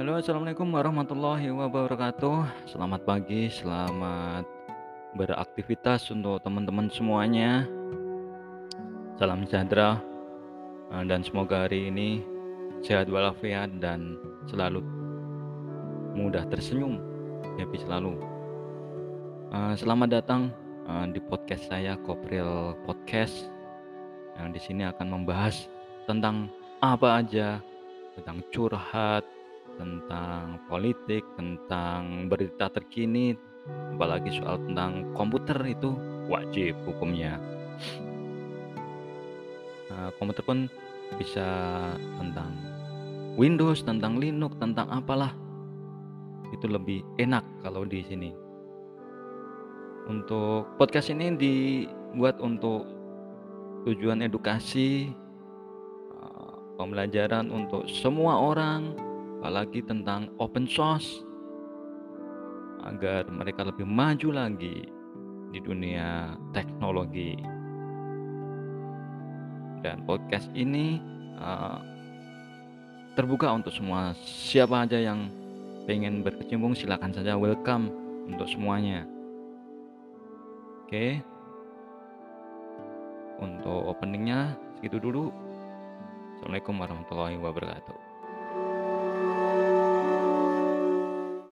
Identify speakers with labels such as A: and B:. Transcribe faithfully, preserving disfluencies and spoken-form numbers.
A: Halo, assalamualaikum warahmatullahi wabarakatuh. Selamat pagi, selamat beraktivitas untuk teman-teman semuanya. Salam sejahtera, eh, dan semoga hari ini sehat walafiat dan selalu mudah tersenyum, happy selalu. Eh, selamat datang eh, di podcast saya, Kopril Podcast, yang di sini akan membahas tentang apa aja, tentang curhat, tentang politik, tentang berita terkini, apalagi soal tentang komputer itu wajib hukumnya. Eee, komputer pun bisa tentang Windows, tentang Linux, tentang apalah, itu lebih enak kalau di sini. Untuk podcast ini dibuat untuk tujuan edukasi, eee, pembelajaran untuk semua orang, apalagi tentang open source, agar mereka lebih maju lagi di dunia teknologi. Dan podcast ini, eee, terbuka untuk semua, siapa aja yang pengen berkecimpung silakan saja, welcome untuk semuanya. Oke, untuk openingnya segitu dulu. Assalamualaikum warahmatullahi wabarakatuh.